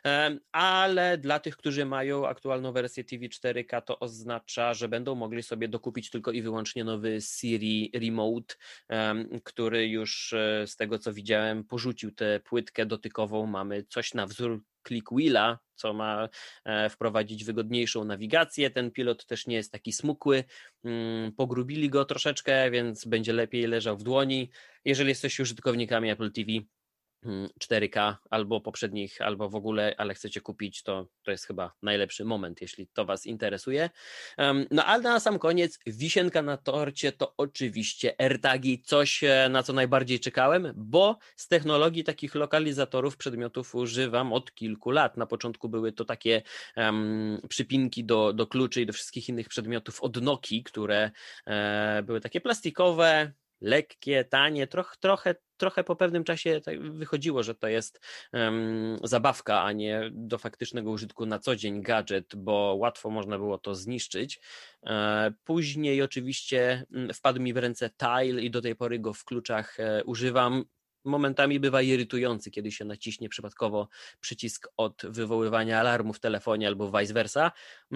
ale dla tych, którzy mają aktualną wersję TV 4K, to oznacza, że będą mogli sobie dokupić tylko i wyłącznie nowy Siri Remote, który już z tego co widziałem porzucił tę płytkę dotykową, mamy coś na wzór ClickWheela, co ma wprowadzić wygodniejszą nawigację. Ten pilot też nie jest taki smukły, pogrubili go troszeczkę, więc będzie lepiej leżał w dłoni. Jeżeli jesteście użytkownikami Apple TV 4K albo poprzednich, albo w ogóle, ale chcecie kupić, to jest chyba najlepszy moment, jeśli to was interesuje. No ale na sam koniec wisienka na torcie to oczywiście AirTagi, coś na co najbardziej czekałem, bo z technologii takich lokalizatorów przedmiotów używam od kilku lat. Na początku były to takie przypinki do kluczy i do wszystkich innych przedmiotów od Nokii, które były takie plastikowe, lekkie, tanie, trochę po pewnym czasie wychodziło, że to jest zabawka, a nie do faktycznego użytku na co dzień gadżet, bo łatwo można było to zniszczyć. Później oczywiście wpadł mi w ręce Tile i do tej pory go w kluczach używam. Momentami bywa irytujący, kiedy się naciśnie przypadkowo przycisk od wywoływania alarmu w telefonie albo vice versa.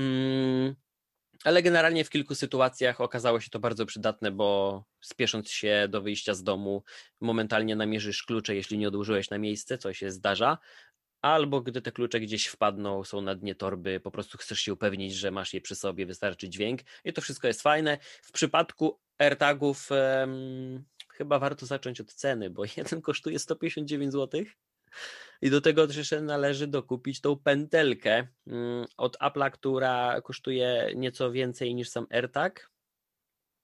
Ale generalnie w kilku sytuacjach okazało się to bardzo przydatne, bo spiesząc się do wyjścia z domu, momentalnie namierzysz klucze, jeśli nie odłożyłeś na miejsce, co się zdarza, albo gdy te klucze gdzieś wpadną, są na dnie torby, po prostu chcesz się upewnić, że masz je przy sobie, wystarczy dźwięk i to wszystko jest fajne. W przypadku AirTagów chyba warto zacząć od ceny, bo jeden kosztuje 159 zł. I do tego też jeszcze należy dokupić tą pętelkę od Apple'a, która kosztuje nieco więcej niż sam AirTag,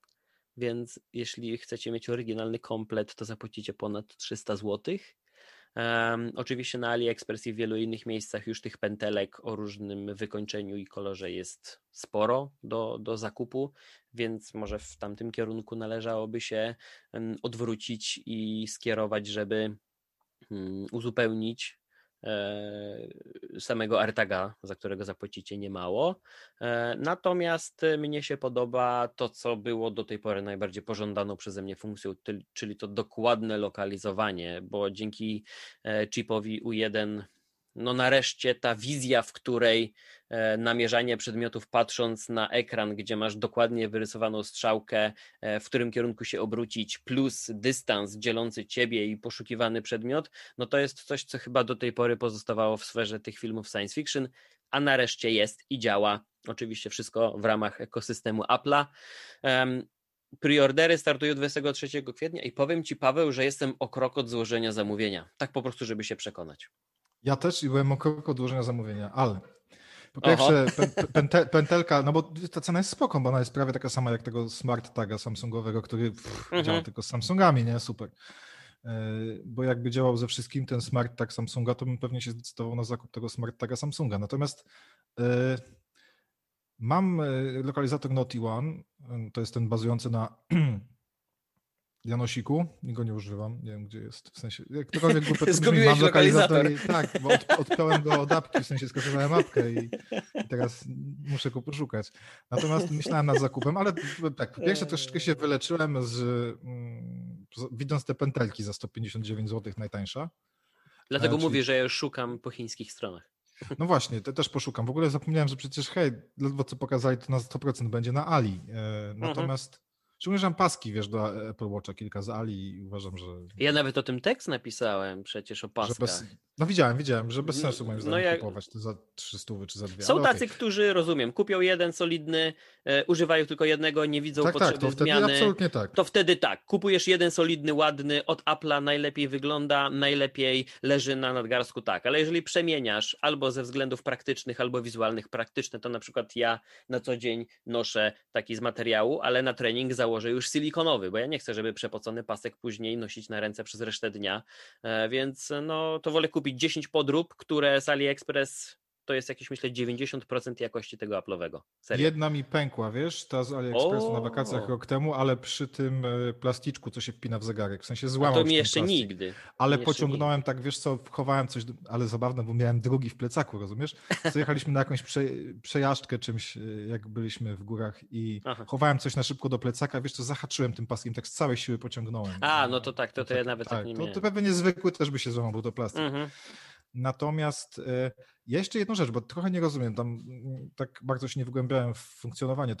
więc jeśli chcecie mieć oryginalny komplet, to zapłacicie ponad 300 zł. Oczywiście na AliExpress i w wielu innych miejscach już tych pętelek o różnym wykończeniu i kolorze jest sporo do zakupu, więc może w tamtym kierunku należałoby się odwrócić i skierować, żeby uzupełnić samego AirTaga, za którego zapłacicie niemało. Natomiast mnie się podoba to, co było do tej pory najbardziej pożądaną przeze mnie funkcją, czyli to dokładne lokalizowanie, bo dzięki chipowi U1 no nareszcie ta wizja, w której namierzanie przedmiotów patrząc na ekran, gdzie masz dokładnie wyrysowaną strzałkę, w którym kierunku się obrócić, plus dystans dzielący ciebie i poszukiwany przedmiot, no to jest coś, co chyba do tej pory pozostawało w sferze tych filmów science fiction, a nareszcie jest i działa. Oczywiście wszystko w ramach ekosystemu Apple'a. Preordery startują 23 kwietnia i powiem Ci, Paweł, że jestem o krok od złożenia zamówienia. Tak po prostu, żeby się przekonać. Ja też i byłem o krok od złożenia zamówienia, ale po pierwsze pętelka, no bo ta cena jest spoko, bo ona jest prawie taka sama jak tego smart taga samsungowego, który działa tylko z Samsungami, nie? Super. Bo jakby działał ze wszystkim ten smart tag Samsunga, to bym pewnie się zdecydował na zakup tego smart taga Samsunga. Natomiast mam lokalizator Noti One, to jest ten bazujący na Janosiku i go nie używam, nie wiem gdzie jest, w sensie, jakkolwiek głupio to brzmi, mam lokalizator i tak, bo odpiąłem go od apki, w sensie skopowałem apkę i teraz muszę go poszukać. Natomiast myślałem nad zakupem, ale tak, po pierwsze troszeczkę się wyleczyłem widząc te pętelki za 159 zł najtańsza. Dlatego mówię, że ja już szukam po chińskich stronach. No właśnie, też poszukam. W ogóle zapomniałem, że przecież ledwo co pokazali, to na 100% będzie na Ali. Natomiast szczególnie, że mam paski, wiesz, do Apple Watcha kilka z Ali i uważam, że... Ja nawet o tym tekst napisałem przecież o paskach. No widziałem, że bez sensu moim zdaniem kupować to za 300 czy za 2. Są tacy, którzy, rozumiem, kupią jeden solidny, używają tylko jednego, nie widzą potrzeby to zmiany. Wtedy absolutnie tak. To wtedy tak, kupujesz jeden solidny, ładny, od Apple'a najlepiej wygląda, najlepiej leży na nadgarstku, tak. Ale jeżeli przemieniasz albo ze względów praktycznych, albo wizualnych praktyczne, to na przykład ja na co dzień noszę taki z materiału, ale na trening założę już silikonowy, bo ja nie chcę, żeby przepocony pasek później nosić na ręce przez resztę dnia, więc no to wolę kupić 10 podrób, które z AliExpress to jest jakieś, myślę, 90% jakości tego Apple'owego. Serio. Jedna mi pękła, wiesz, ta z AliExpressu na wakacjach rok temu, ale przy tym plasticzku, co się wpina w zegarek, w sensie złamał to mi jeszcze plastik. nigdy. Ale pociągnąłem tak, wiesz co, chowałem coś, ale zabawne, bo miałem drugi w plecaku, rozumiesz? Zajechaliśmy na jakąś przejażdżkę czymś, jak byliśmy w górach i chowałem coś na szybko do plecaka, wiesz co, zahaczyłem tym paskiem, tak z całej siły pociągnąłem. No to tak, to ja nawet tak nie miałem. To pewnie niezwykły też by się złamał, był to plastik. Natomiast jeszcze jedną rzecz, bo trochę nie rozumiem, tam tak bardzo się nie wgłębiałem w funkcjonowanie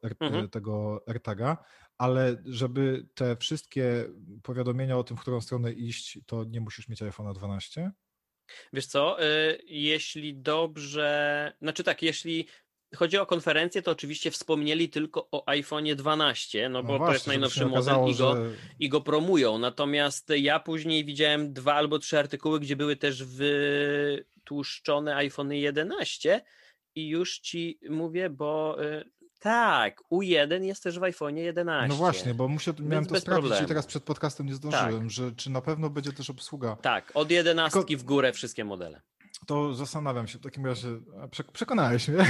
tego AirTaga, ale żeby te wszystkie powiadomienia o tym, w którą stronę iść, to nie musisz mieć iPhone'a 12? Wiesz co, jeśli dobrze, znaczy tak, jeśli chodzi o konferencję, to oczywiście wspomnieli tylko o iPhone'ie 12, no bo właśnie, to jest najnowszy model i go promują. Natomiast ja później widziałem 2 albo 3 artykuły, gdzie były też wytłuszczone iPhone'y 11 i już ci mówię, bo tak, U1 jest też w iPhone'ie 11. No właśnie, bo miałem to sprawdzić i teraz przed podcastem nie zdążyłem, że czy na pewno będzie też obsługa. Tak, od 11 w górę wszystkie modele. To zastanawiam się, w takim razie przekonałeś mnie.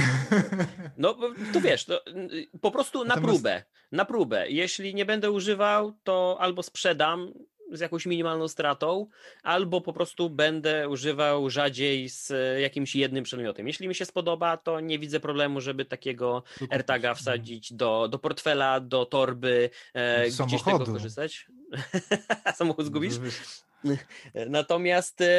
No to wiesz, po prostu na próbę. Jeśli nie będę używał, to albo sprzedam z jakąś minimalną stratą, albo po prostu będę używał rzadziej z jakimś jednym przedmiotem. Jeśli mi się spodoba, to nie widzę problemu, żeby takiego AirTaga wsadzić do portfela, do torby, gdzieś z tego korzystać. Samochód zgubisz? Natomiast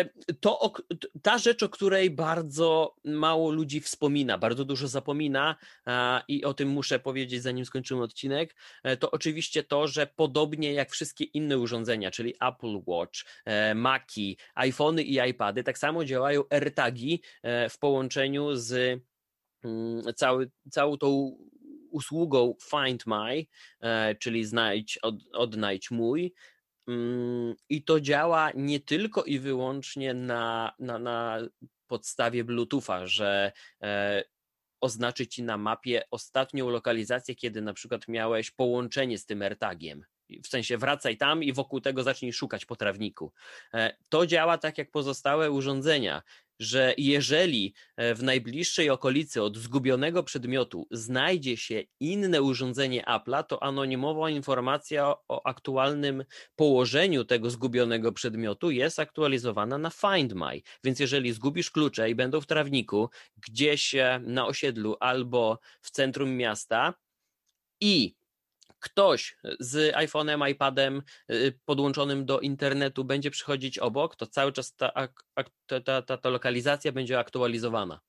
ta rzecz, o której bardzo mało ludzi wspomina, bardzo dużo zapomina i o tym muszę powiedzieć, zanim skończymy odcinek, to oczywiście to, że podobnie jak wszystkie inne urządzenia, czyli Apple Watch, Maci, iPhony i iPady, tak samo działają AirTagi w połączeniu z całą tą usługą Find My, czyli odnajdź mój. I to działa nie tylko i wyłącznie na podstawie Bluetootha, że oznaczy ci na mapie ostatnią lokalizację, kiedy na przykład miałeś połączenie z tym AirTagiem. w sensie wracaj tam i wokół tego zacznij szukać po trawniku. To działa tak jak pozostałe urządzenia, że jeżeli w najbliższej okolicy od zgubionego przedmiotu znajdzie się inne urządzenie Apple'a, to anonimowa informacja o aktualnym położeniu tego zgubionego przedmiotu jest aktualizowana na Find My. Więc jeżeli zgubisz klucze i będą w trawniku, gdzieś na osiedlu albo w centrum miasta i ktoś z iPhone'em, iPadem podłączonym do internetu będzie przychodzić obok, to cały czas ta lokalizacja będzie aktualizowana.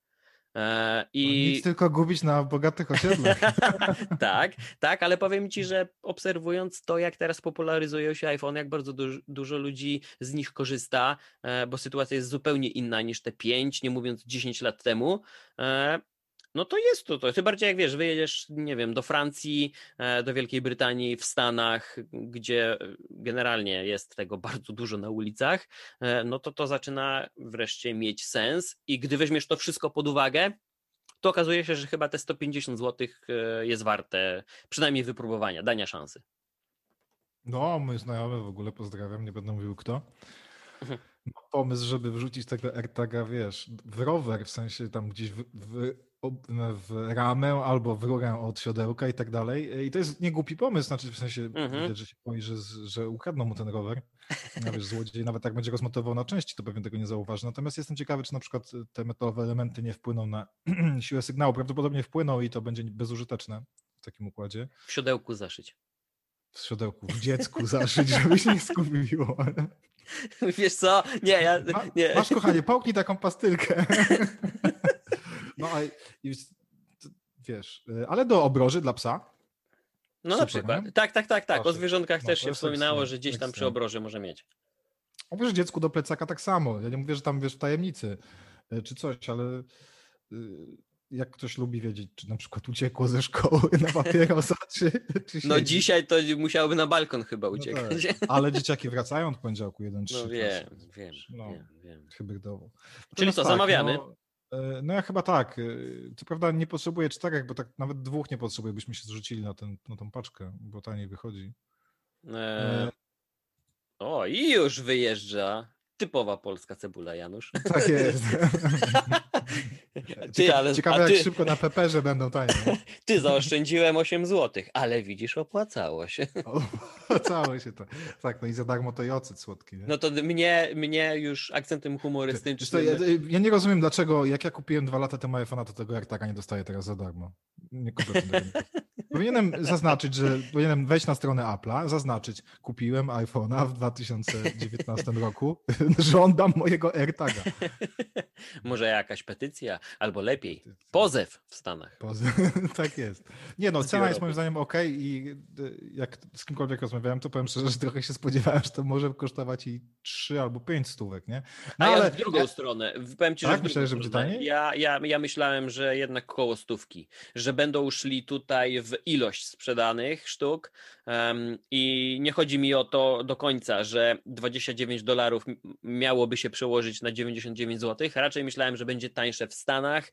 Nic tylko gubić na bogatych osiedlach. Tak, ale powiem ci, że obserwując to, jak teraz popularyzują się iPhone, jak bardzo dużo ludzi z nich korzysta, bo sytuacja jest zupełnie inna niż te 5, nie mówiąc 10 lat temu, no to jest to. Tym bardziej jak wiesz, wyjedziesz, nie wiem, do Francji, do Wielkiej Brytanii, w Stanach, gdzie generalnie jest tego bardzo dużo na ulicach, no to zaczyna wreszcie mieć sens i gdy weźmiesz to wszystko pod uwagę, to okazuje się, że chyba te 150 zł jest warte przynajmniej wypróbowania, dania szansy. No, mój znajomy w ogóle, pozdrawiam, nie będę mówił kto. Pomysł, żeby wrzucić tego AirTaga, wiesz, w rower, w sensie tam gdzieś w ramę albo w rurę od siodełka i tak dalej. I to jest niegłupi pomysł, znaczy w sensie widać, że się boi, że ukradną mu ten rower. No wiesz, złodziej nawet jak będzie rozmontował na części, to pewnie tego nie zauważy. Natomiast jestem ciekawy, czy na przykład te metalowe elementy nie wpłyną na siłę sygnału. Prawdopodobnie wpłyną i to będzie bezużyteczne w takim układzie. W siodełku zaszyć. W siodełku, w dziecku zaszyć, żeby się nie zgubiło. Wiesz co? Nie. Masz, kochanie, połknij taką pastylkę. No a wiesz, ale do obroży dla psa. No super, na przykład. Nie? Tak. O zwierzątkach też się wspominało, że gdzieś tam przy obroży może mieć. A wiesz, dziecku do plecaka tak samo. Ja nie mówię, że tam wiesz w tajemnicy czy coś, ale jak ktoś lubi wiedzieć, czy na przykład uciekło ze szkoły na papierosa, czy no dzisiaj to musiałoby na balkon chyba uciekać. No tak. Ale dzieciaki wracają od poniedziałku 1-3. No wiem. Hybrydowo. Czyli co, zamawiamy? No ja chyba tak. Co prawda nie potrzebuję 4, bo tak nawet 2 nie potrzebuję, byśmy się zrzucili na tą paczkę, bo taniej wychodzi. O, i już wyjeżdża typowa polska cebula, Janusz. Tak jest. Ciekawe jak szybko na Peperze będą tanie. Ty zaoszczędziłem 8 zł, ale widzisz, opłacało się. Opłacało się to. Tak, no i za darmo to i ocet słodki. Nie? No to mnie już akcentem humorystycznym... Ja nie rozumiem, dlaczego jak ja kupiłem 2 lata temu iPhone'a, to tego AirTaga nie dostaję teraz za darmo. Nie kompletnie. Powinienem zaznaczyć, że powinienem wejść na stronę Apple'a, zaznaczyć, kupiłem iPhone'a w 2019 roku, żądam mojego AirTaga. Może jakaś petycja, albo lepiej, pozew w Stanach. Tak jest. Nie no, cena jest moim zdaniem okej i jak z kimkolwiek rozmawiałem, to powiem szczerze, że trochę się spodziewałem, że to może kosztować i 3 albo 5 stówek, nie? No ale w drugą stronę. Powiem ci, tak? Myślałeś, że będzie taniej? Ja myślałem, że jednak koło 100, że będą szli tutaj w ilość sprzedanych sztuk i nie chodzi mi o to do końca, że $29 miałoby się przełożyć na 99 zł. Raczej myślałem, że będzie tańsze w Stanach,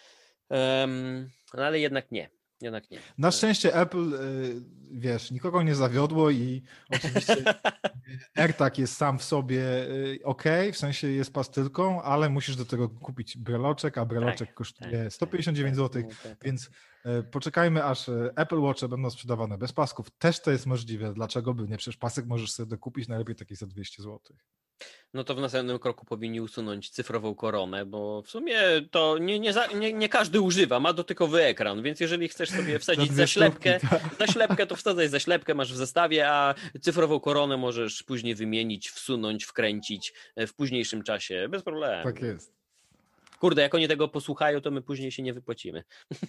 no ale jednak nie. Na szczęście Apple, wiesz, nikogo nie zawiodło i oczywiście AirTag jest sam w sobie okej, w sensie jest pastylką, ale musisz do tego kupić breloczek, a breloczek kosztuje 159 zł, więc poczekajmy, aż Apple Watche będą sprzedawane bez pasków. Też to jest możliwe. Dlaczego by nie? Przecież pasek możesz sobie dokupić najlepiej taki za 200 zł. No to w następnym kroku powinni usunąć cyfrową koronę, bo w sumie to nie każdy używa, ma dotykowy ekran, więc jeżeli chcesz sobie wsadzić zaślepkę, to wsadzaj zaślepkę, masz w zestawie, a cyfrową koronę możesz później wymienić, wsunąć, wkręcić w późniejszym czasie, bez problemu. Tak jest. Kurde, jak oni tego posłuchają, to my później się nie wypłacimy.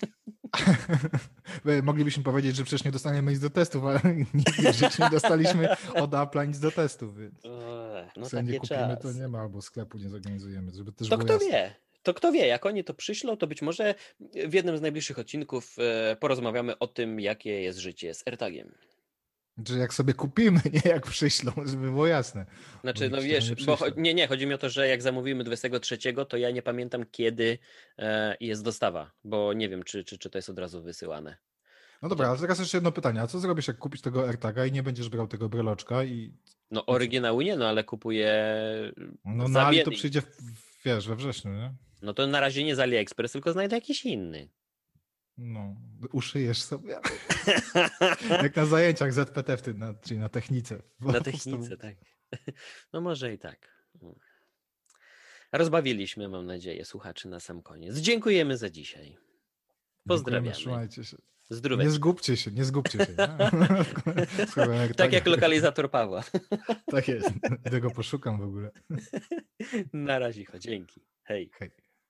Moglibyśmy powiedzieć, że przecież nie dostaniemy nic do testów, ale nigdy w życiu nie dostaliśmy od Apple'a nic do testów, więc no co nie kupimy, to nie ma, albo sklepu nie zorganizujemy, żeby też to było kto jasne. wie? To kto wie, jak oni to przyślą, to być może w jednym z najbliższych odcinków porozmawiamy o tym, jakie jest życie z AirTagiem. Czy jak sobie kupimy, nie jak przyślą, żeby było jasne. Znaczy, no wiesz, chodzi mi o to, że jak zamówimy 23, to ja nie pamiętam, kiedy jest dostawa, bo nie wiem, czy to jest od razu wysyłane. No dobra, a teraz jeszcze jedno pytanie. A co zrobisz, jak kupisz tego AirTaga i nie będziesz brał tego breloczka i... No oryginału nie, no ale kupuję No na Ali to przyjdzie, wiesz, we wrześniu, nie? No to na razie nie z AliExpress, tylko znajdę jakiś inny. No, uszyjesz sobie. Jak na zajęciach ZPT, czyli na technice. Na technice, tak. No może i tak. Rozbawiliśmy, mam nadzieję, słuchaczy na sam koniec. Dziękujemy za dzisiaj. Pozdrawiamy. Trzymajcie się. Zdróweczka. Nie zgubcie się. Tak jak lokalizator Pawła. Tak jest. Tego poszukam w ogóle. Na razie, dzięki. Hej. Hej.